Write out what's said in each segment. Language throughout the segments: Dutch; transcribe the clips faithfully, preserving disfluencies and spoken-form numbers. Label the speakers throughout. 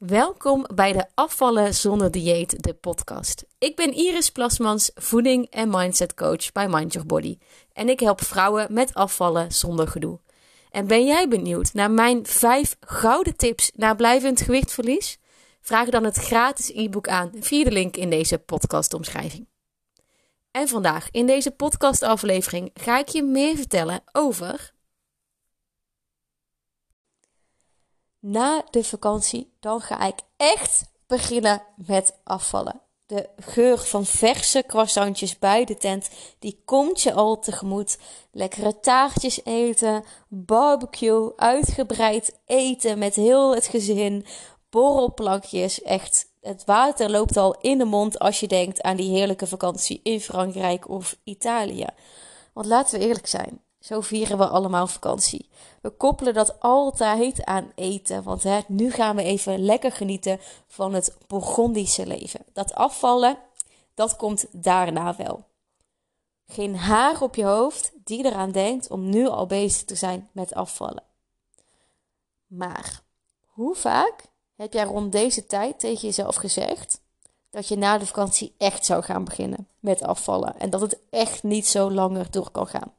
Speaker 1: Welkom bij de Afvallen zonder dieet, de podcast. Ik ben Iris Plasmans, voeding- en mindset coach bij Mind Your Body. En ik help vrouwen met afvallen zonder gedoe. En ben jij benieuwd naar mijn vijf gouden tips naar blijvend gewichtverlies? Vraag dan het gratis e-book aan via de link in deze podcastomschrijving. En vandaag in deze podcastaflevering ga ik je meer vertellen over... Na de vakantie, dan ga ik echt beginnen met afvallen. De geur van verse croissantjes bij de tent, die komt je al tegemoet. Lekkere taartjes eten, barbecue, uitgebreid eten met heel het gezin, borrelplankjes. Echt, het water loopt al in de mond als je denkt aan die heerlijke vakantie in Frankrijk of Italië. Want laten we eerlijk zijn. Zo vieren we allemaal vakantie. We koppelen dat altijd aan eten. Want hè, nu gaan we even lekker genieten van het Bourgondische leven. Dat afvallen, dat komt daarna wel. Geen haar op je hoofd die eraan denkt om nu al bezig te zijn met afvallen. Maar hoe vaak heb jij rond deze tijd tegen jezelf gezegd dat je na de vakantie echt zou gaan beginnen met afvallen? En dat het echt niet zo langer door kan gaan.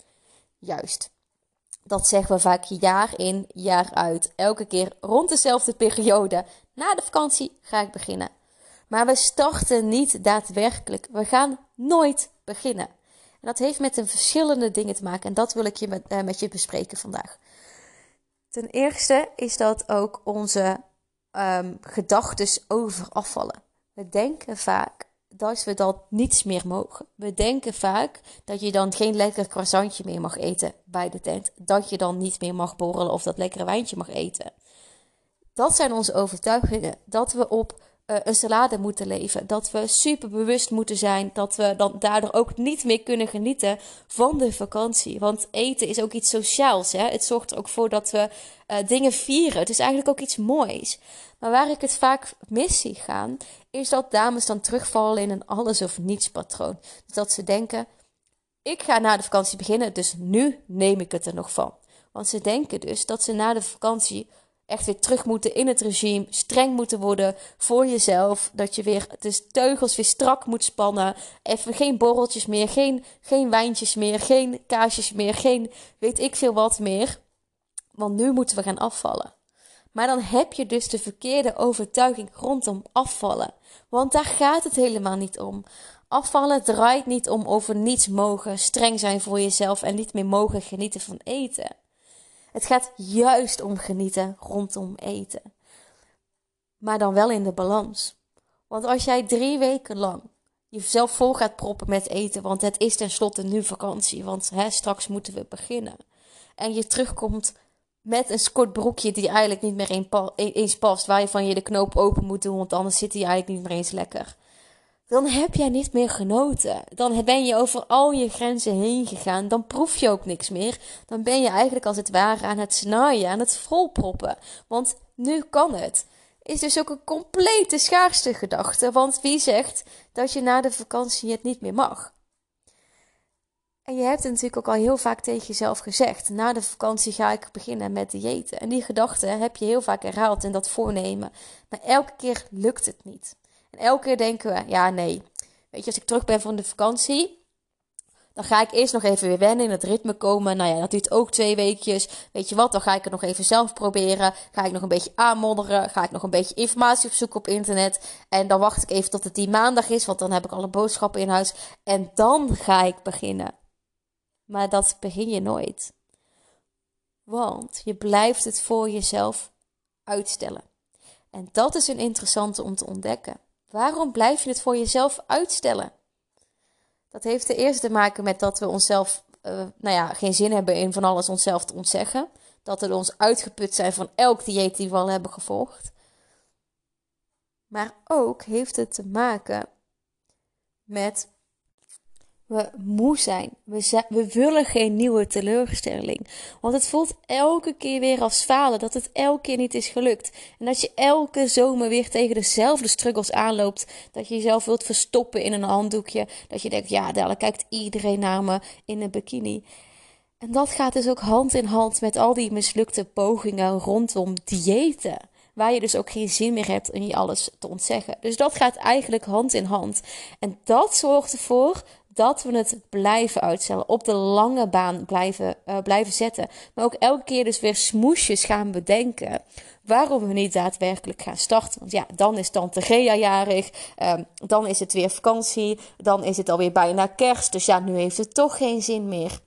Speaker 1: Juist, dat zeggen we vaak jaar in, jaar uit. Elke keer rond dezelfde periode. Na de vakantie ga ik beginnen. Maar we starten niet daadwerkelijk. We gaan nooit beginnen. En dat heeft met een verschillende dingen te maken. En dat wil ik je met, uh, met je bespreken vandaag. Ten eerste is dat ook onze um, gedachtes over afvallen. We denken vaak dat we dan niets meer mogen. We denken vaak dat je dan geen lekker croissantje meer mag eten bij de tent. Dat je dan niet meer mag borrelen of dat lekkere wijntje mag eten. Dat zijn onze overtuigingen. Dat we op uh, een salade moeten leven. Dat we super bewust moeten zijn. Dat we dan daardoor ook niet meer kunnen genieten van de vakantie. Want eten is ook iets sociaals. Hè? Het zorgt er ook voor dat we uh, dingen vieren. Het is eigenlijk ook iets moois. Maar waar ik het vaak mis zie gaan, is dat dames dan terugvallen in een alles of niets patroon. Dus dat ze denken, ik ga na de vakantie beginnen, dus nu neem ik het er nog van. Want ze denken dus dat ze na de vakantie echt weer terug moeten in het regime, streng moeten worden voor jezelf. Dat je weer de teugels weer strak moet spannen. Even geen borreltjes meer, geen, geen wijntjes meer, geen kaasjes meer, geen weet ik veel wat meer. Want nu moeten we gaan afvallen. Maar dan heb je dus de verkeerde overtuiging rondom afvallen. Want daar gaat het helemaal niet om. Afvallen draait niet om over niets mogen, streng zijn voor jezelf en niet meer mogen genieten van eten. Het gaat juist om genieten rondom eten. Maar dan wel in de balans. Want als jij drie weken lang jezelf vol gaat proppen met eten, want het is tenslotte nu vakantie, want hè, straks moeten we beginnen. En je terugkomt met een sportbroekje die eigenlijk niet meer een pa- eens past, waarvan je de knoop open moet doen, want anders zit hij eigenlijk niet meer eens lekker. Dan heb jij niet meer genoten. Dan ben je over al je grenzen heen gegaan. Dan proef je ook niks meer. Dan ben je eigenlijk als het ware aan het snaaien, aan het volproppen. Want nu kan het. Is dus ook een complete schaarste gedachte. Want wie zegt dat je na de vakantie het niet meer mag? En je hebt het natuurlijk ook al heel vaak tegen jezelf gezegd. Na de vakantie ga ik beginnen met diëten. En die gedachte heb je heel vaak herhaald in dat voornemen. Maar elke keer lukt het niet. En elke keer denken we, ja nee, weet je, als ik terug ben van de vakantie, dan ga ik eerst nog even weer wennen, in het ritme komen. Nou ja, dat duurt ook twee weekjes. Weet je wat, dan ga ik het nog even zelf proberen. Ga ik nog een beetje aanmodderen. Ga ik nog een beetje informatie opzoeken op internet. En dan wacht ik even tot het die maandag is, want dan heb ik alle boodschappen in huis. En dan ga ik beginnen. Maar dat begin je nooit. Want je blijft het voor jezelf uitstellen. En dat is een interessante om te ontdekken. Waarom blijf je het voor jezelf uitstellen? Dat heeft ten eerste te maken met dat we onszelf, uh, nou ja, geen zin hebben in van alles onszelf te ontzeggen. Dat we ons uitgeput zijn van elk dieet die we al hebben gevolgd. Maar ook heeft het te maken met we moe zijn. We, zijn. we willen geen nieuwe teleurstelling. Want het voelt elke keer weer als falen. Dat het elke keer niet is gelukt. En dat je elke zomer weer tegen dezelfde struggles aanloopt. Dat je jezelf wilt verstoppen in een handdoekje. Dat je denkt, ja, daar kijkt iedereen naar me in een bikini. En dat gaat dus ook hand in hand met al die mislukte pogingen rondom diëten. waar je dus ook geen zin meer hebt om je alles te ontzeggen. Dus dat gaat eigenlijk hand in hand. En dat zorgt ervoor dat we het blijven uitstellen, op de lange baan blijven, uh, blijven zetten. Maar ook elke keer dus weer smoesjes gaan bedenken waarom we niet daadwerkelijk gaan starten. Want ja, dan is tante Gea jarig, um, dan is het weer vakantie, dan is het alweer bijna kerst. Dus ja, nu heeft het toch geen zin meer.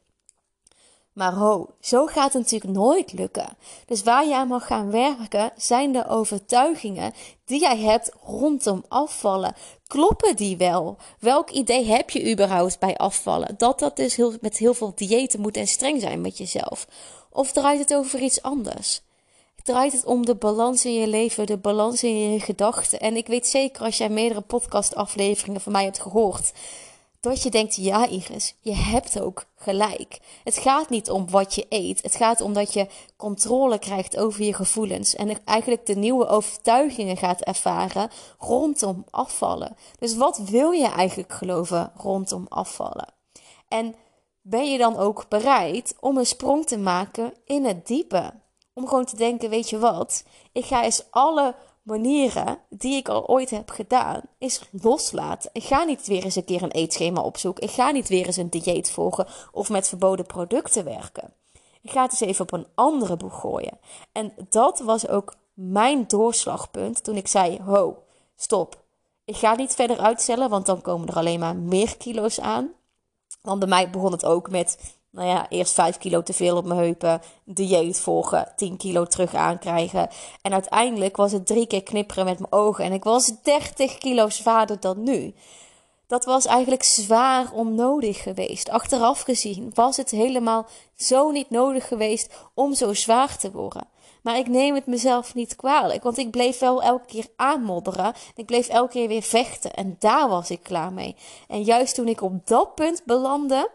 Speaker 1: Maar ho, zo gaat het natuurlijk nooit lukken. Dus waar je aan mag gaan werken, zijn de overtuigingen die jij hebt rondom afvallen. Kloppen die wel? Welk idee heb je überhaupt bij afvallen? Dat dat dus heel, met heel veel diëten moet en streng zijn met jezelf. Of draait het over iets anders? Draait het om de balans in je leven, de balans in je gedachten? En ik weet zeker, als jij meerdere podcastafleveringen van mij hebt gehoord, dat je denkt, ja Iris, je hebt ook gelijk. Het gaat niet om wat je eet. Het gaat om dat je controle krijgt over je gevoelens. En eigenlijk de nieuwe overtuigingen gaat ervaren rondom afvallen. Dus wat wil je eigenlijk geloven rondom afvallen? En ben je dan ook bereid om een sprong te maken in het diepe? Om gewoon te denken, weet je wat? Ik ga eens alle manieren die ik al ooit heb gedaan, is loslaten. Ik ga niet weer eens een keer een eetschema opzoeken. Ik ga niet weer eens een dieet volgen of met verboden producten werken. Ik ga het eens even op een andere boeg gooien. En dat was ook mijn doorslagpunt toen ik zei, ho, stop. Ik ga niet verder uitstellen, want dan komen er alleen maar meer kilo's aan. Want bij mij begon het ook met, nou ja, eerst vijf kilo te veel op mijn heupen, dieet volgen, tien kilo terug aankrijgen. En uiteindelijk was het drie keer knipperen met mijn ogen en ik was dertig kilo zwaarder dan nu. Dat was eigenlijk zwaar onnodig geweest. Achteraf gezien was het helemaal zo niet nodig geweest om zo zwaar te worden. Maar ik neem het mezelf niet kwalijk, want ik bleef wel elke keer aanmodderen. Ik bleef elke keer weer vechten en daar was ik klaar mee. En juist toen ik op dat punt belandde,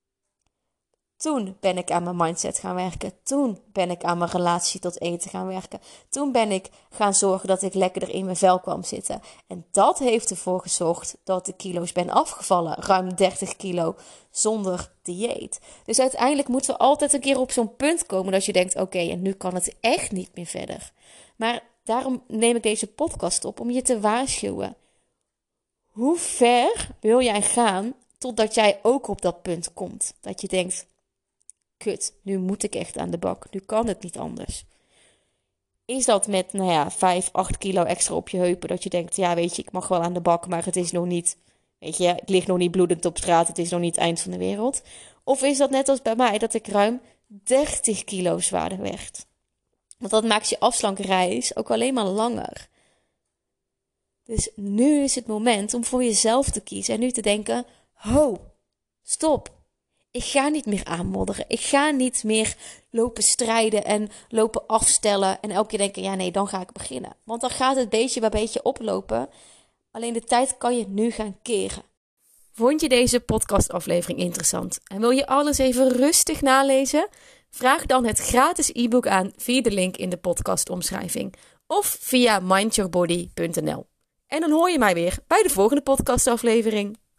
Speaker 1: toen ben ik aan mijn mindset gaan werken. Toen ben ik aan mijn relatie tot eten gaan werken. Toen ben ik gaan zorgen dat ik lekkerder in mijn vel kwam zitten. En dat heeft ervoor gezorgd dat de kilo's ben afgevallen. Ruim dertig kilo zonder dieet. Dus uiteindelijk moeten we altijd een keer op zo'n punt komen dat je denkt, oké, okay, en nu kan het echt niet meer verder. Maar daarom neem ik deze podcast op om je te waarschuwen. Hoe ver wil jij gaan totdat jij ook op dat punt komt? Dat je denkt, kut, nu moet ik echt aan de bak. Nu kan het niet anders. Is dat met, nou ja, vijf, acht kilo extra op je heupen, dat je denkt, ja, weet je, ik mag wel aan de bak, maar het is nog niet, weet je, ik lig nog niet bloedend op straat, het is nog niet het eind van de wereld. Of is dat net als bij mij, dat ik ruim dertig kilo zwaarder werd? Want dat maakt je afslankreis ook alleen maar langer. Dus nu is het moment om voor jezelf te kiezen en nu te denken, ho, stop. Ik ga niet meer aanmodderen. Ik ga niet meer lopen strijden en lopen afstellen. En elke keer denken, ja nee, dan ga ik beginnen. Want dan gaat het beetje bij beetje oplopen. Alleen de tijd kan je nu gaan keren. Vond je deze podcastaflevering interessant? En wil je alles even rustig nalezen? Vraag dan het gratis e-book aan via de link in de podcastomschrijving. Of via mind your body punt n l. En dan hoor je mij weer bij de volgende podcastaflevering.